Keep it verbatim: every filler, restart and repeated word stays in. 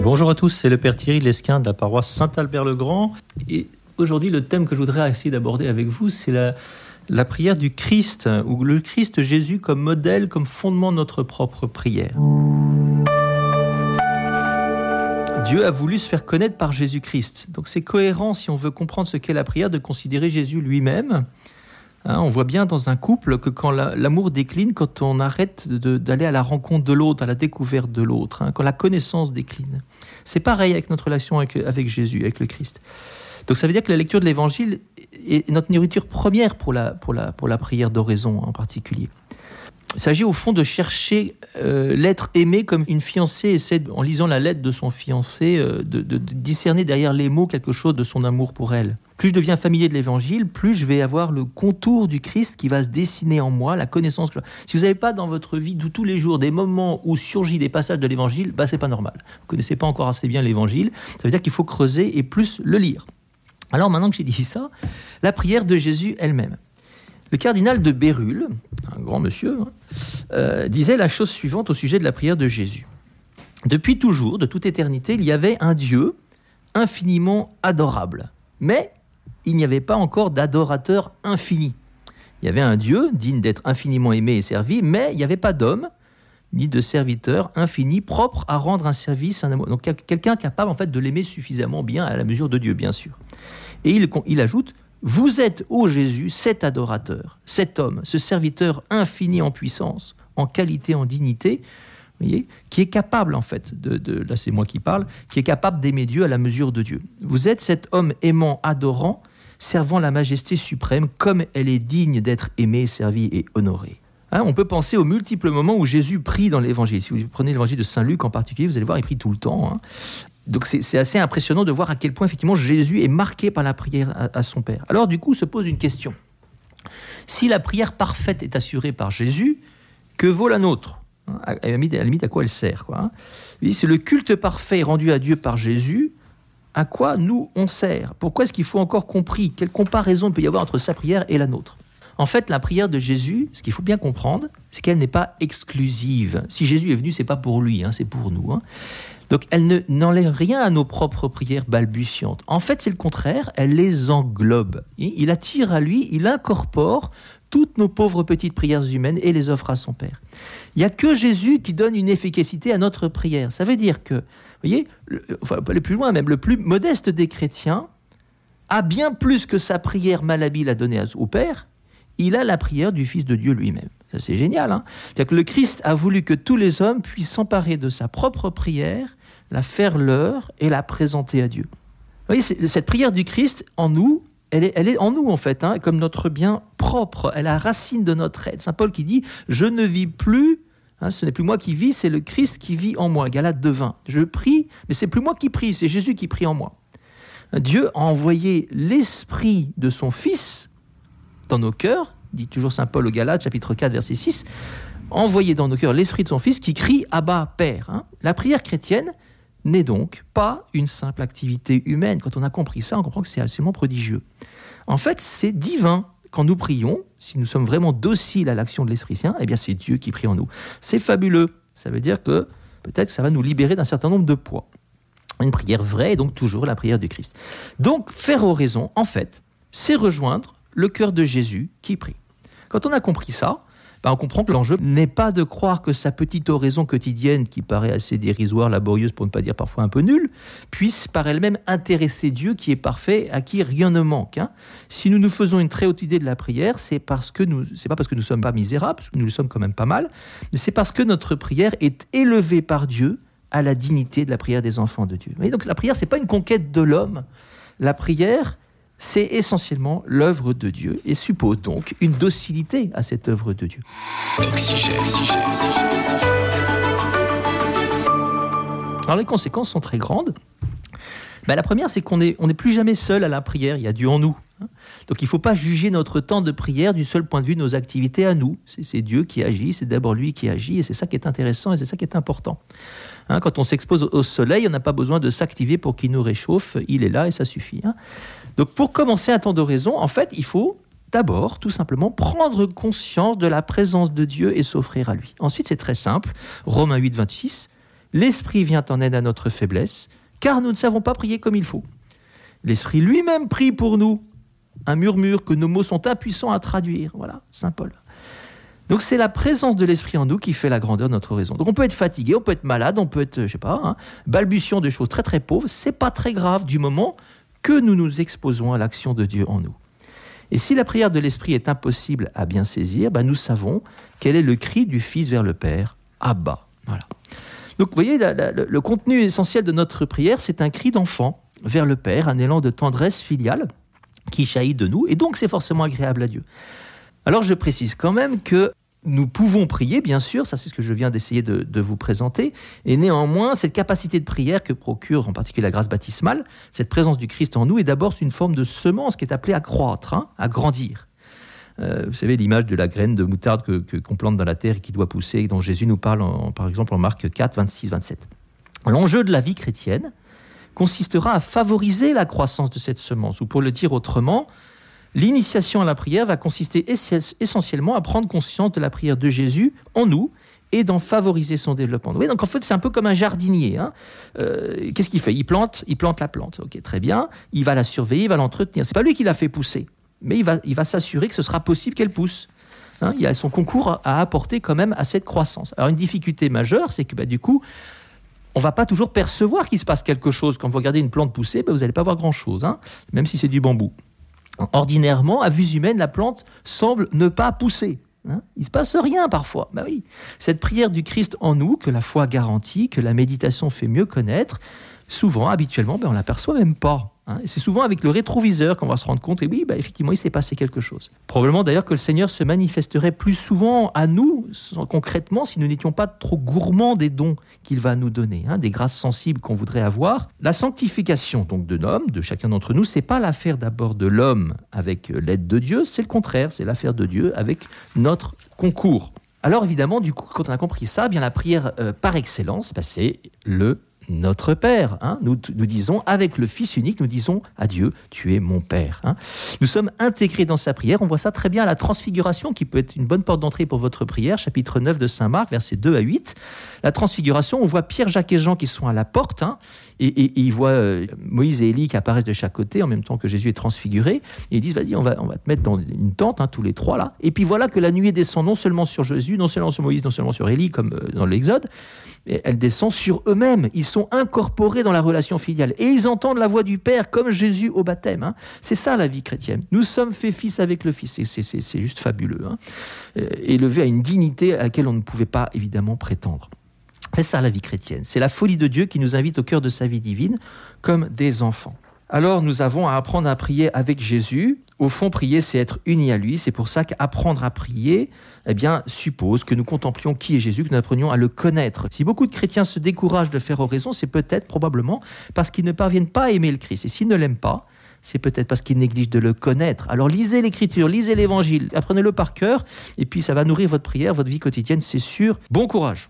Bonjour à tous, c'est le Père Thierry Lesquin de la paroisse Saint-Albert-le-Grand. Et aujourd'hui, le thème que je voudrais essayer d'aborder avec vous, c'est la, la prière du Christ, ou le Christ Jésus comme modèle, comme fondement de notre propre prière. Dieu a voulu se faire connaître par Jésus-Christ. Donc c'est cohérent, si on veut comprendre ce qu'est la prière, de considérer Jésus lui-même. Hein, on voit bien dans un couple que quand la, l'amour décline, quand on arrête de, d'aller à la rencontre de l'autre, à la découverte de l'autre, hein, quand la connaissance décline. C'est pareil avec notre relation avec, avec Jésus, avec le Christ. Donc ça veut dire que la lecture de l'Évangile est notre nourriture première pour la, pour la, pour la prière d'oraison en particulier. Il s'agit au fond de chercher euh, l'être aimé comme une fiancée essaie, en lisant la lettre de son fiancé, euh, de, de, de discerner derrière les mots quelque chose de son amour pour elle. Plus je deviens familier de l'Évangile, plus je vais avoir le contour du Christ qui va se dessiner en moi, la connaissance. Si vous n'avez pas dans votre vie de tous les jours des moments où surgit des passages de l'Évangile, bah c'est pas normal. Vous ne connaissez pas encore assez bien l'Évangile. Ça veut dire qu'il faut creuser et plus le lire. Alors maintenant que j'ai dit ça, la prière de Jésus elle-même. Le cardinal de Bérulle, un grand monsieur, hein, euh, disait la chose suivante au sujet de la prière de Jésus. Depuis toujours, de toute éternité, il y avait un Dieu infiniment adorable. Mais il n'y avait pas encore d'adorateur infini. Il y avait un Dieu digne d'être infiniment aimé et servi, mais il n'y avait pas d'homme, ni de serviteur infini, propre à rendre un service, un amour. Donc quelqu'un capable en fait de l'aimer suffisamment bien à la mesure de Dieu, bien sûr. Et il, il ajoute... Vous êtes, ô Jésus, cet adorateur, cet homme, ce serviteur infini en puissance, en qualité, en dignité, vous voyez, qui est capable, en fait, de, de, là c'est moi qui parle, qui est capable d'aimer Dieu à la mesure de Dieu. Vous êtes cet homme aimant, adorant, servant la majesté suprême comme elle est digne d'être aimée, servie et honorée. Hein, on peut penser aux multiples moments où Jésus prie dans l'Évangile. Si vous prenez l'Évangile de Saint Luc en particulier, vous allez voir, il prie tout le temps. Hein. Donc c'est, c'est assez impressionnant de voir à quel point effectivement Jésus est marqué par la prière à, à son Père. Alors du coup se pose une question. Si la prière parfaite est assurée par Jésus, que vaut la nôtre ? À la limite, à quoi elle sert, quoi, hein ? Oui, c'est le culte parfait rendu à Dieu par Jésus. À quoi nous on sert ? Pourquoi est-ce qu'il faut encore qu'on prie ? Quelle comparaison il peut y avoir entre sa prière et la nôtre ? En fait, la prière de Jésus, ce qu'il faut bien comprendre, c'est qu'elle n'est pas exclusive. Si Jésus est venu, c'est pas pour lui, hein, c'est pour nous. Hein. Donc, elle ne, n'enlève rien à nos propres prières balbutiantes. En fait, c'est le contraire, elle les englobe. Il attire à lui, il incorpore toutes nos pauvres petites prières humaines et les offre à son Père. Il n'y a que Jésus qui donne une efficacité à notre prière. Ça veut dire que, vous voyez, le, enfin, on peut aller plus loin même, le plus modeste des chrétiens a bien plus que sa prière malhabile à donner au Père, il a la prière du Fils de Dieu lui-même. Ça, c'est génial. Hein ? C'est-à-dire que le Christ a voulu que tous les hommes puissent s'emparer de sa propre prière, la faire leur et la présenter à Dieu. Vous voyez, c'est, cette prière du Christ, en nous, elle est, elle est en nous, en fait, hein, comme notre bien propre. Elle est la racine de notre être. Saint Paul qui dit « Je ne vis plus, hein, ce n'est plus moi qui vis, c'est le Christ qui vit en moi. » Galates deux vingt. Je prie, mais c'est plus moi qui prie, c'est Jésus qui prie en moi. Dieu a envoyé l'esprit de son Fils dans nos cœurs, dit toujours Saint Paul aux Galates, chapitre quatre, verset six, envoyé dans nos cœurs l'esprit de son Fils qui crie « Abba, Père ». Hein. La prière chrétienne n'est donc pas une simple activité humaine. Quand on a compris ça, on comprend que c'est absolument prodigieux. En fait, c'est divin. Quand nous prions, si nous sommes vraiment dociles à l'action de l'Esprit Saint, eh bien c'est Dieu qui prie en nous. C'est fabuleux. Ça veut dire que peut-être ça va nous libérer d'un certain nombre de poids. Une prière vraie est donc toujours la prière du Christ. Donc, faire oraison, en fait, c'est rejoindre le cœur de Jésus qui prie. Quand on a compris ça, ben on comprend que l'enjeu n'est pas de croire que sa petite oraison quotidienne, qui paraît assez dérisoire, laborieuse, pour ne pas dire parfois un peu nulle, puisse par elle-même intéresser Dieu qui est parfait, à qui rien ne manque. Hein. Si nous nous faisons une très haute idée de la prière, c'est parce que nous, c'est pas parce que nous ne sommes pas misérables, parce que nous le sommes quand même pas mal, mais c'est parce que notre prière est élevée par Dieu à la dignité de la prière des enfants de Dieu. Et donc la prière, c'est pas une conquête de l'homme. La prière, c'est essentiellement l'œuvre de Dieu et suppose donc une docilité à cette œuvre de Dieu. Oxygène, oxygène, oxygène. Alors les conséquences sont très grandes. Ben, la première, c'est qu'on n'est on n'est plus jamais seul à la prière, il y a Dieu en nous. Donc il ne faut pas juger notre temps de prière du seul point de vue de nos activités à nous. C'est, c'est Dieu qui agit, c'est d'abord lui qui agit, et c'est ça qui est intéressant et c'est ça qui est important. Hein, quand on s'expose au soleil, on n'a pas besoin de s'activer pour qu'il nous réchauffe, il est là et ça suffit. Hein. Donc pour commencer un temps d'oraison, en fait, il faut d'abord, tout simplement, prendre conscience de la présence de Dieu et s'offrir à lui. Ensuite, c'est très simple, Romains huit, vingt-six, L'Esprit vient en aide à notre faiblesse, car nous ne savons pas prier comme il faut. L'Esprit lui-même prie pour nous, un murmure que nos mots sont impuissants à traduire. Voilà, Saint Paul. Donc c'est la présence de l'Esprit en nous qui fait la grandeur de notre raison. Donc on peut être fatigué, on peut être malade, on peut être, je sais pas, hein, balbutiant de choses très très pauvres. C'est pas très grave du moment que nous nous exposons à l'action de Dieu en nous. Et si la prière de l'Esprit est impossible à bien saisir, ben nous savons quel est le cri du Fils vers le Père, Abba. Voilà. Donc vous voyez, la, la, le contenu essentiel de notre prière, c'est un cri d'enfant vers le Père, un élan de tendresse filiale qui jaillit de nous, et donc c'est forcément agréable à Dieu. Alors je précise quand même que nous pouvons prier, bien sûr, ça c'est ce que je viens d'essayer de, de vous présenter, et néanmoins, cette capacité de prière que procure en particulier la grâce baptismale, cette présence du Christ en nous, est d'abord une forme de semence qui est appelée à croître, hein, à grandir. Euh, vous savez, l'image de la graine de moutarde que, que, qu'on plante dans la terre et qui doit pousser, et dont Jésus nous parle, en, par exemple, en Marc quatre, vingt-six, vingt-sept. L'enjeu de la vie chrétienne consistera à favoriser la croissance de cette semence, ou pour le dire autrement, l'initiation à la prière va consister essentiellement à prendre conscience de la prière de Jésus en nous et d'en favoriser son développement. Oui, donc en fait, c'est un peu comme un jardinier. Hein. Euh, qu'est-ce qu'il fait ? Il plante, il plante la plante. Ok, très bien. Il va la surveiller, il va l'entretenir. C'est pas lui qui l'a fait pousser, mais il va, il va s'assurer que ce sera possible qu'elle pousse. Hein, il a son concours à apporter quand même à cette croissance. Alors une difficulté majeure, c'est que bah, du coup, on ne va pas toujours percevoir qu'il se passe quelque chose. Quand vous regardez une plante pousser, bah, vous n'allez pas voir grand-chose, hein, même si c'est du bambou. Ordinairement, à vue humaine, la plante semble ne pas pousser. Hein, il ne se passe rien parfois. Ben oui. Cette prière du Christ en nous, que la foi garantit, que la méditation fait mieux connaître, souvent, habituellement, ben on ne l'aperçoit même pas. Hein, et c'est souvent avec le rétroviseur qu'on va se rendre compte, et oui, ben effectivement, il s'est passé quelque chose. Probablement d'ailleurs que le Seigneur se manifesterait plus souvent à nous, concrètement, si nous n'étions pas trop gourmands des dons qu'il va nous donner, hein, des grâces sensibles qu'on voudrait avoir. La sanctification donc de l'homme, de chacun d'entre nous, c'est pas l'affaire d'abord de l'homme avec l'aide de Dieu, c'est le contraire, c'est l'affaire de Dieu avec notre concours. Alors évidemment, du coup, quand on a compris ça, bien la prière euh, par excellence, ben, c'est le Notre Père. Hein. Nous, nous disons, avec le Fils unique, nous disons à Dieu, tu es mon Père. Hein. Nous sommes intégrés dans sa prière. On voit ça très bien à la Transfiguration, qui peut être une bonne porte d'entrée pour votre prière, chapitre neuf de Saint Marc, versets deux à huit. La Transfiguration, on voit Pierre, Jacques et Jean qui sont à la porte, hein, et, et, et ils voient euh, Moïse et Élie qui apparaissent de chaque côté en même temps que Jésus est transfiguré, et ils disent, vas-y, on va, on va te mettre dans une tente, hein, tous les trois là. Et puis voilà que la nuée descend non seulement sur Jésus, non seulement sur Moïse, non seulement sur Élie, comme euh, dans l'Exode, et elle descend sur eux-mêmes. Ils sont incorporés dans la relation filiale. Et ils entendent la voix du Père, comme Jésus au baptême. Hein. C'est ça la vie chrétienne. Nous sommes faits fils avec le Fils. C'est, c'est, c'est, c'est juste fabuleux. Hein. Euh, élevé à une dignité à laquelle on ne pouvait pas évidemment prétendre. C'est ça la vie chrétienne. C'est la folie de Dieu qui nous invite au cœur de sa vie divine, comme des enfants. Alors nous avons à apprendre à prier avec Jésus. Au fond, prier, c'est être unis à lui. C'est pour ça qu'apprendre à prier, eh bien, suppose que nous contemplions qui est Jésus, que nous apprenions à le connaître. Si beaucoup de chrétiens se découragent de faire oraison, c'est peut-être, probablement, parce qu'ils ne parviennent pas à aimer le Christ. Et s'ils ne l'aiment pas, c'est peut-être parce qu'ils négligent de le connaître. Alors lisez l'Écriture, lisez l'Évangile, apprenez-le par cœur, et puis ça va nourrir votre prière, votre vie quotidienne, c'est sûr. Bon courage.